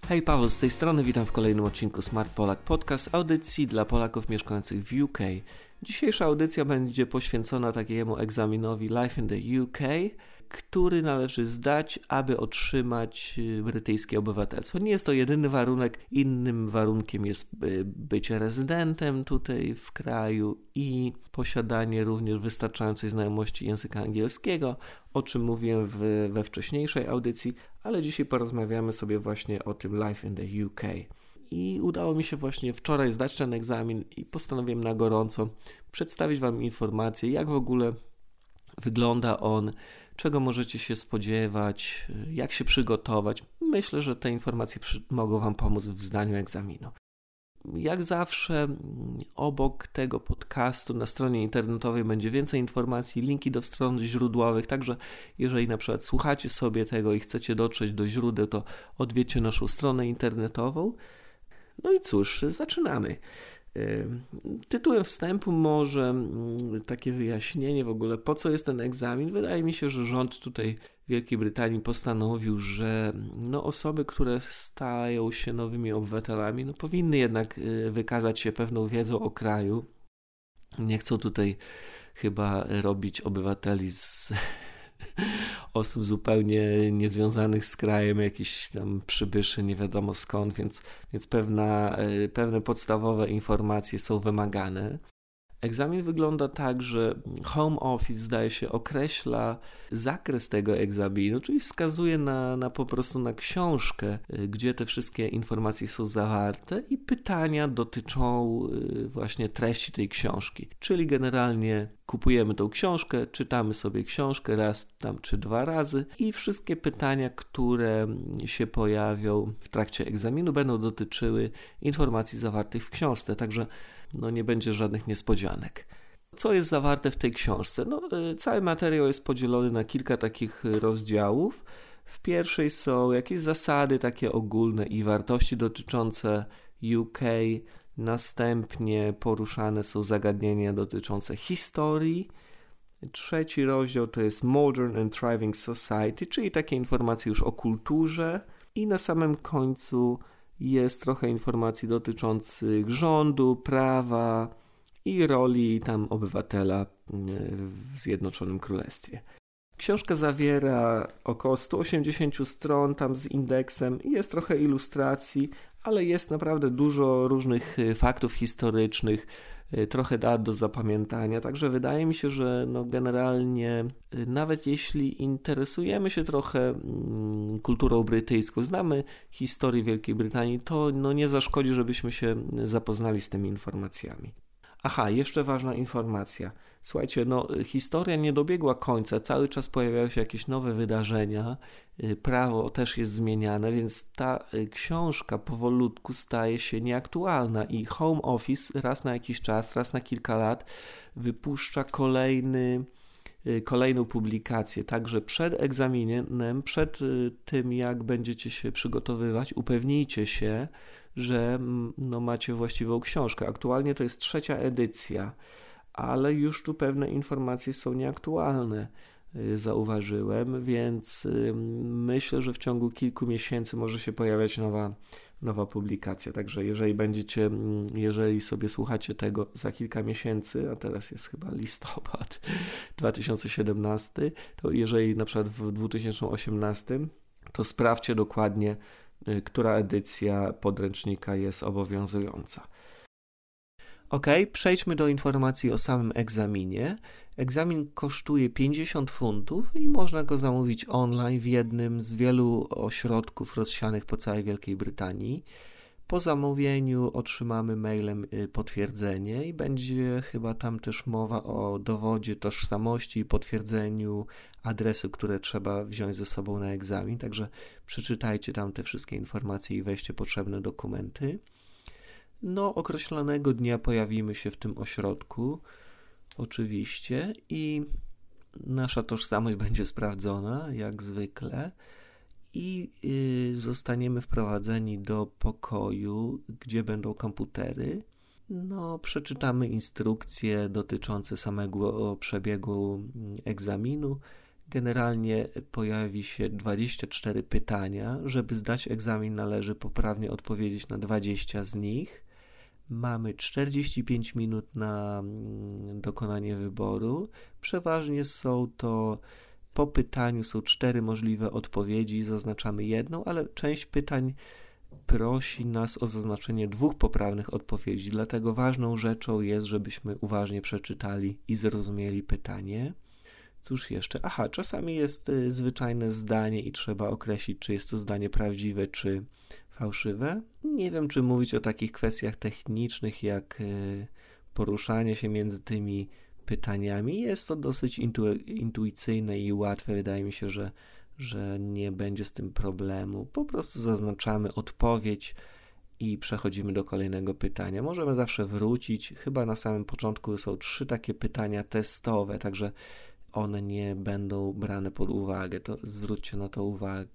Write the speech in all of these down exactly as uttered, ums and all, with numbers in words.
Hej, Paweł z tej strony, witam w kolejnym odcinku Smart Polak Podcast, audycji dla Polaków mieszkających w U K. Dzisiejsza audycja będzie poświęcona takiemu egzaminowi Life in the U K, który należy zdać, aby otrzymać brytyjskie obywatelstwo. Nie jest to jedyny warunek, innym warunkiem jest bycie rezydentem tutaj w kraju i posiadanie również wystarczającej znajomości języka angielskiego, o czym mówiłem w, we wcześniejszej audycji, ale dzisiaj porozmawiamy sobie właśnie o tym Life in the U K. I udało mi się właśnie wczoraj zdać ten egzamin i postanowiłem na gorąco przedstawić Wam informacje, jak w ogóle wygląda on, czego możecie się spodziewać, jak się przygotować. Myślę, że te informacje przy- mogą Wam pomóc w zdaniu egzaminu. Jak zawsze obok tego podcastu na stronie internetowej będzie więcej informacji, linki do stron źródłowych, także jeżeli na przykład słuchacie sobie tego i chcecie dotrzeć do źródeł, to odwiedźcie naszą stronę internetową. No i cóż, zaczynamy. Tytułem wstępu może takie wyjaśnienie w ogóle, po co jest ten egzamin. Wydaje mi się, że rząd tutaj Wielkiej Brytanii postanowił, że no osoby, które stają się nowymi obywatelami, no powinny jednak wykazać się pewną wiedzą o kraju. Nie chcą tutaj chyba robić obywateli z osób zupełnie niezwiązanych z krajem, jakichś tam przybyszy, nie wiadomo skąd, więc, więc pewna, pewne podstawowe informacje są wymagane. Egzamin wygląda tak, że Home Office, zdaje się, określa zakres tego egzaminu, czyli wskazuje na, na po prostu na książkę, gdzie te wszystkie informacje są zawarte i pytania dotyczą właśnie treści tej książki. Czyli generalnie kupujemy tą książkę, czytamy sobie książkę raz tam czy dwa razy i wszystkie pytania, które się pojawią w trakcie egzaminu, będą dotyczyły informacji zawartych w książce, także no nie będzie żadnych niespodzianek. Co jest zawarte w tej książce? No, cały materiał jest podzielony na kilka takich rozdziałów. W pierwszej są jakieś zasady takie ogólne i wartości dotyczące U K. Następnie poruszane są zagadnienia dotyczące historii. Trzeci rozdział to jest Modern and Thriving Society, czyli takie informacje już o kulturze. I na samym końcu jest trochę informacji dotyczących rządu, prawa i roli tam obywatela w Zjednoczonym Królestwie. Książka zawiera około sto osiemdziesiąt stron tam z indeksem i jest trochę ilustracji, ale jest naprawdę dużo różnych faktów historycznych, trochę dat do zapamiętania, także wydaje mi się, że no generalnie nawet jeśli interesujemy się trochę kulturą brytyjską, znamy historię Wielkiej Brytanii, to no nie zaszkodzi, żebyśmy się zapoznali z tymi informacjami. Aha, jeszcze ważna informacja. Słuchajcie, no historia nie dobiegła końca, cały czas pojawiają się jakieś nowe wydarzenia, prawo też jest zmieniane, więc ta książka powolutku staje się nieaktualna i Home Office raz na jakiś czas, raz na kilka lat wypuszcza kolejny, kolejną publikację. Także przed egzaminem, przed tym jak będziecie się przygotowywać, upewnijcie się, że no, macie właściwą książkę. Aktualnie to jest trzecia edycja, ale już tu pewne informacje są nieaktualne, zauważyłem, więc myślę, że w ciągu kilku miesięcy może się pojawiać nowa, nowa publikacja. Także jeżeli będziecie, jeżeli sobie słuchacie tego za kilka miesięcy, a teraz jest chyba listopad dwa tysiące siedemnasty, to jeżeli na przykład w dwa tysiące osiemnastym, to sprawdźcie dokładnie, która edycja podręcznika jest obowiązująca. Ok, przejdźmy do informacji o samym egzaminie. Egzamin kosztuje pięćdziesiąt funtów i można go zamówić online w jednym z wielu ośrodków rozsianych po całej Wielkiej Brytanii. Po zamówieniu otrzymamy mailem potwierdzenie i będzie chyba tam też mowa o dowodzie tożsamości i potwierdzeniu adresu, które trzeba wziąć ze sobą na egzamin. Także przeczytajcie tam te wszystkie informacje i weźcie potrzebne dokumenty. No, określonego dnia pojawimy się w tym ośrodku, oczywiście, i nasza tożsamość będzie sprawdzona, jak zwykle, i yy, zostaniemy wprowadzeni do pokoju, gdzie będą komputery. No, przeczytamy instrukcje dotyczące samego przebiegu egzaminu, Generalnie pojawi się dwadzieścia cztery pytania. Żeby zdać egzamin, należy poprawnie odpowiedzieć na dwadzieścia z nich. Mamy czterdzieści pięć minut na dokonanie wyboru. Przeważnie są to, po pytaniu są cztery możliwe odpowiedzi, zaznaczamy jedną, ale część pytań prosi nas o zaznaczenie dwóch poprawnych odpowiedzi, dlatego ważną rzeczą jest, żebyśmy uważnie przeczytali i zrozumieli pytanie. Cóż jeszcze? Aha, czasami jest y, zwyczajne zdanie i trzeba określić, czy jest to zdanie prawdziwe, czy fałszywe. Nie wiem, czy mówić o takich kwestiach technicznych, jak y, poruszanie się między tymi pytaniami. Jest to dosyć intu- intuicyjne i łatwe. Wydaje mi się, że, że nie będzie z tym problemu. Po prostu zaznaczamy odpowiedź i przechodzimy do kolejnego pytania. Możemy zawsze wrócić. Chyba na samym początku są trzy takie pytania testowe, także one nie będą brane pod uwagę. To zwróćcie na to uwagę.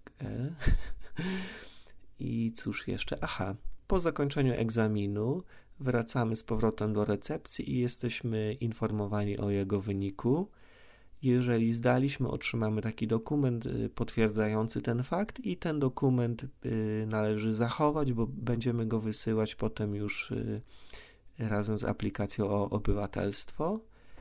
I cóż jeszcze? Aha, po zakończeniu egzaminu wracamy z powrotem do recepcji i jesteśmy informowani o jego wyniku. Jeżeli zdaliśmy, otrzymamy taki dokument potwierdzający ten fakt i ten dokument należy zachować, bo będziemy go wysyłać potem już razem z aplikacją o obywatelstwo.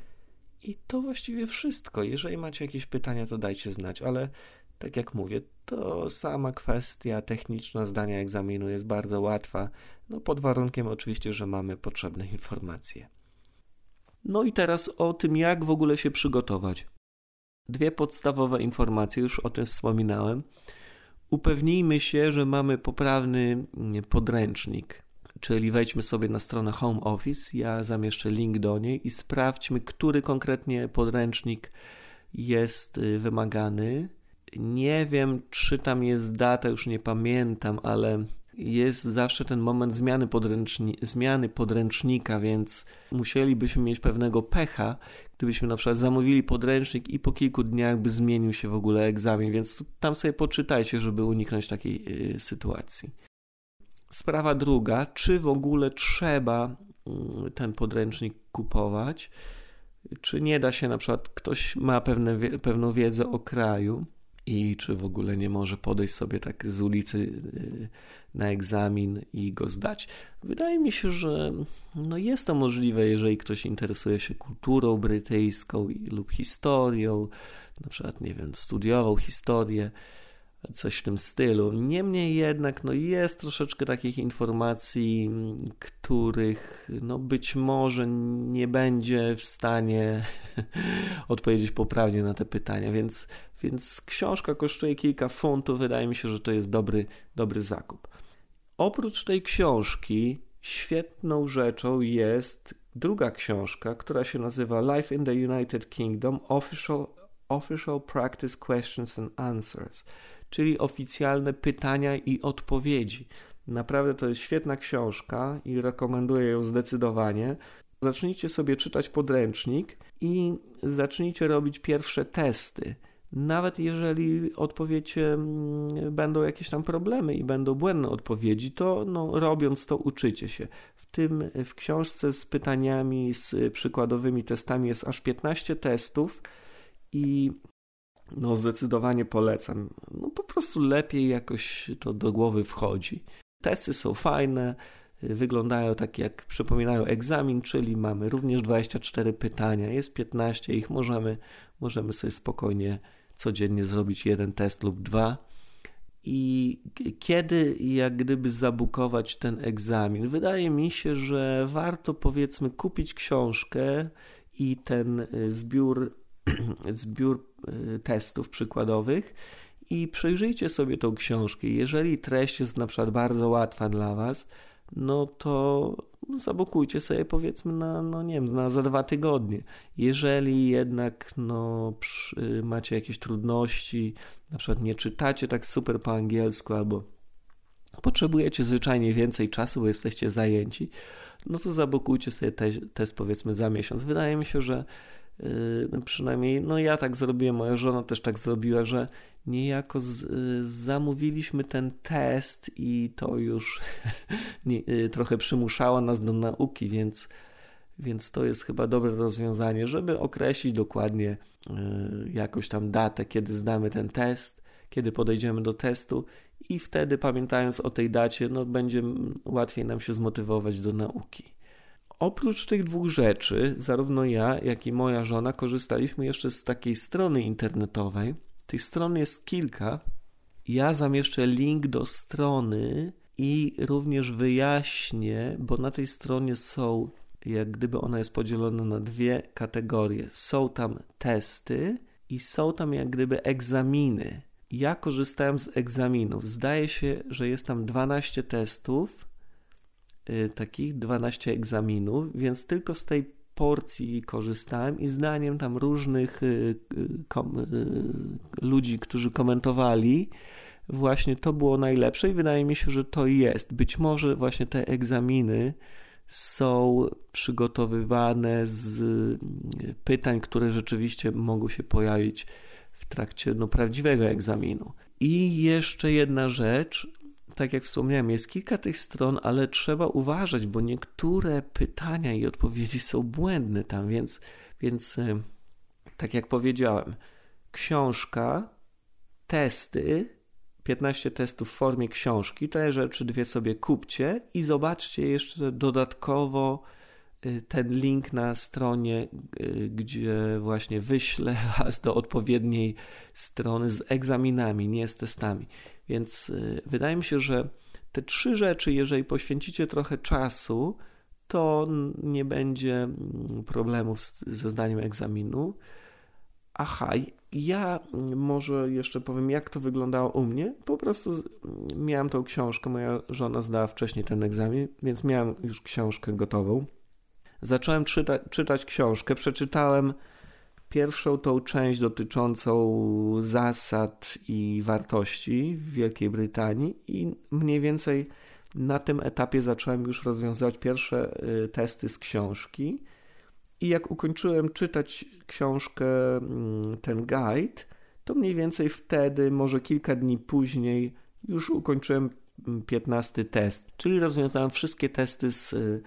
I to właściwie wszystko. Jeżeli macie jakieś pytania, to dajcie znać, ale tak jak mówię, to sama kwestia techniczna zdania egzaminu jest bardzo łatwa, no pod warunkiem oczywiście, że mamy potrzebne informacje. No i teraz o tym, jak w ogóle się przygotować. Dwie podstawowe informacje, już o tym wspominałem. Upewnijmy się, że mamy poprawny podręcznik, czyli wejdźmy sobie na stronę Home Office, ja zamieszczę link do niej i sprawdźmy, który konkretnie podręcznik jest wymagany. Nie wiem, czy tam jest data, już nie pamiętam, ale jest zawsze ten moment zmiany, podręczni- zmiany podręcznika, więc musielibyśmy mieć pewnego pecha, gdybyśmy na przykład zamówili podręcznik i po kilku dniach by zmienił się w ogóle egzamin, więc tam sobie poczytajcie, żeby uniknąć takiej yy, sytuacji. Sprawa druga, czy w ogóle trzeba yy, ten podręcznik kupować, czy nie da się, na przykład ktoś ma pewne, pewną wiedzę o kraju, i czy w ogóle nie może podejść sobie tak z ulicy na egzamin i go zdać. Wydaje mi się, że no jest to możliwe, jeżeli ktoś interesuje się kulturą brytyjską lub historią, na przykład, nie wiem, studiował historię, coś w tym stylu. Niemniej jednak no jest troszeczkę takich informacji, których no być może nie będzie w stanie odpowiedzieć poprawnie na te pytania, więc, więc książka kosztuje kilka funtów. Wydaje mi się, że to jest dobry, dobry zakup. Oprócz tej książki świetną rzeczą jest druga książka, która się nazywa Life in the United Kingdom Official, Official Practice Questions and Answers, czyli oficjalne pytania i odpowiedzi. Naprawdę to jest świetna książka i rekomenduję ją zdecydowanie. Zacznijcie sobie czytać podręcznik i zacznijcie robić pierwsze testy. Nawet jeżeli odpowiecie, będą jakieś tam problemy i będą błędne odpowiedzi, to no, robiąc to uczycie się. W tym w książce z pytaniami, z przykładowymi testami jest aż piętnaście testów i no zdecydowanie polecam. No po prostu lepiej jakoś to do głowy wchodzi. Testy są fajne, wyglądają tak jak przypominają egzamin, czyli mamy również dwadzieścia cztery pytania, jest piętnaście ich, możemy, możemy sobie spokojnie codziennie zrobić jeden test lub dwa. I kiedy jak gdyby zabukować ten egzamin? Wydaje mi się, że warto powiedzmy kupić książkę i ten zbiór, zbiór testów przykładowych i przejrzyjcie sobie tą książkę. Jeżeli treść jest na przykład bardzo łatwa dla Was, no to zabukujcie sobie powiedzmy na, no nie wiem, na za dwa tygodnie. Jeżeli jednak no, przy, macie jakieś trudności, na przykład nie czytacie tak super po angielsku albo potrzebujecie zwyczajnie więcej czasu, bo jesteście zajęci, no to zabukujcie sobie te, test powiedzmy za miesiąc. Wydaje mi się, że yy, przynajmniej no ja tak zrobiłem, moja żona też tak zrobiła, że niejako z, y, zamówiliśmy ten test i to już nie, y, trochę przymuszało nas do nauki, więc, więc to jest chyba dobre rozwiązanie, żeby określić dokładnie jakąś tam datę, kiedy zdamy ten test, kiedy podejdziemy do testu i wtedy, pamiętając o tej dacie, no będzie łatwiej nam się zmotywować do nauki. Oprócz tych dwóch rzeczy, zarówno ja, jak i moja żona korzystaliśmy jeszcze z takiej strony internetowej. Tych stron jest kilka. Ja zamieszczę link do strony i również wyjaśnię, bo na tej stronie są, jak gdyby ona jest podzielona na dwie kategorie. Są tam testy i są tam jak gdyby egzaminy. Ja korzystałem z egzaminów. Zdaje się, że jest tam dwanaście testów, yy, takich dwanaście egzaminów, więc tylko z tej porcji korzystałem i zdaniem tam różnych yy, kom, yy, ludzi, którzy komentowali, właśnie to było najlepsze i wydaje mi się, że to jest. Być może właśnie te egzaminy są przygotowywane z pytań, które rzeczywiście mogą się pojawić w trakcie no, prawdziwego egzaminu. I jeszcze jedna rzecz, tak jak wspomniałem, jest kilka tych stron, ale trzeba uważać, bo niektóre pytania i odpowiedzi są błędne tam, więc, więc tak jak powiedziałem, książka, testy, piętnaście testów w formie książki, te rzeczy dwie sobie kupcie i zobaczcie jeszcze dodatkowo ten link na stronie, gdzie właśnie wyślę Was do odpowiedniej strony z egzaminami, nie z testami. Więc wydaje mi się, że te trzy rzeczy, jeżeli poświęcicie trochę czasu, to nie będzie problemów ze zdaniem egzaminu. Aha, ja może jeszcze powiem, jak to wyglądało u mnie. Po prostu miałem tą książkę, moja żona zdała wcześniej ten egzamin, więc miałem już książkę gotową. Zacząłem czyta- czytać książkę, przeczytałem pierwszą tą część dotyczącą zasad i wartości w Wielkiej Brytanii i mniej więcej na tym etapie zacząłem już rozwiązywać pierwsze y, testy z książki. I jak ukończyłem czytać książkę, ten guide, to mniej więcej wtedy, może kilka dni później, już ukończyłem piętnasty test. Czyli rozwiązałem wszystkie testy z,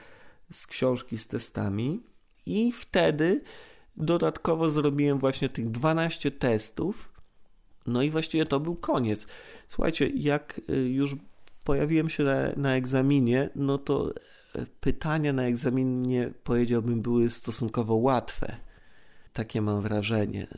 z książki z testami i wtedy dodatkowo zrobiłem właśnie tych dwanaście testów. No i właściwie to był koniec. Słuchajcie, jak już pojawiłem się na, na egzaminie, no to pytania na egzaminie, powiedziałbym, były stosunkowo łatwe. Takie mam wrażenie.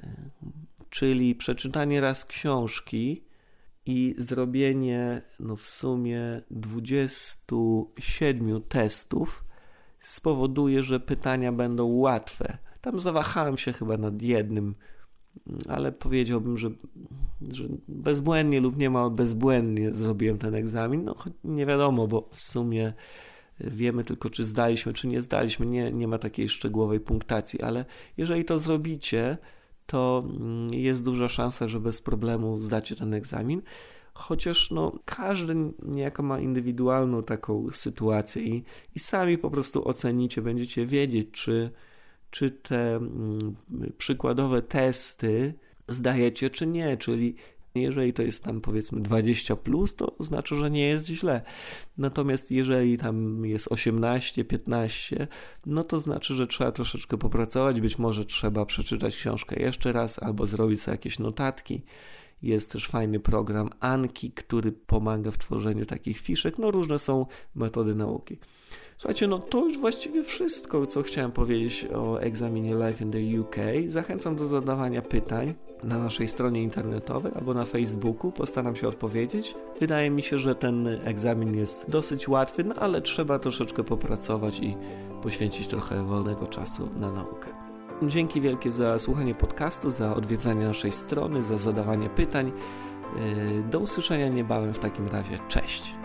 Czyli przeczytanie raz książki i zrobienie no w sumie dwudziestu siedmiu testów spowoduje, że pytania będą łatwe. Tam zawahałem się chyba nad jednym, ale powiedziałbym, że, że bezbłędnie lub niemal bezbłędnie zrobiłem ten egzamin. No nie wiadomo, bo w sumie wiemy tylko, czy zdaliśmy, czy nie zdaliśmy. Nie, nie ma takiej szczegółowej punktacji, ale jeżeli to zrobicie, to jest duża szansa, że bez problemu zdacie ten egzamin. Chociaż no, każdy niejako ma indywidualną taką sytuację i, i sami po prostu ocenicie, będziecie wiedzieć, czy, czy te mm, przykładowe testy zdajecie, czy nie, czyli jeżeli to jest tam powiedzmy dwadzieścia plus, to znaczy, że nie jest źle. Natomiast jeżeli tam jest osiemnaście, piętnaście, no to znaczy, że trzeba troszeczkę popracować. Być może trzeba przeczytać książkę jeszcze raz albo zrobić sobie jakieś notatki. Jest też fajny program Anki, który pomaga w tworzeniu takich fiszek. No różne są metody nauki. Słuchajcie, no to już właściwie wszystko, co chciałem powiedzieć o egzaminie Life in the U K. Zachęcam do zadawania pytań na naszej stronie internetowej albo na Facebooku. Postaram się odpowiedzieć. Wydaje mi się, że ten egzamin jest dosyć łatwy, no ale trzeba troszeczkę popracować i poświęcić trochę wolnego czasu na naukę. Dzięki wielkie za słuchanie podcastu, za odwiedzanie naszej strony, za zadawanie pytań. Do usłyszenia niebawem w takim razie. Cześć!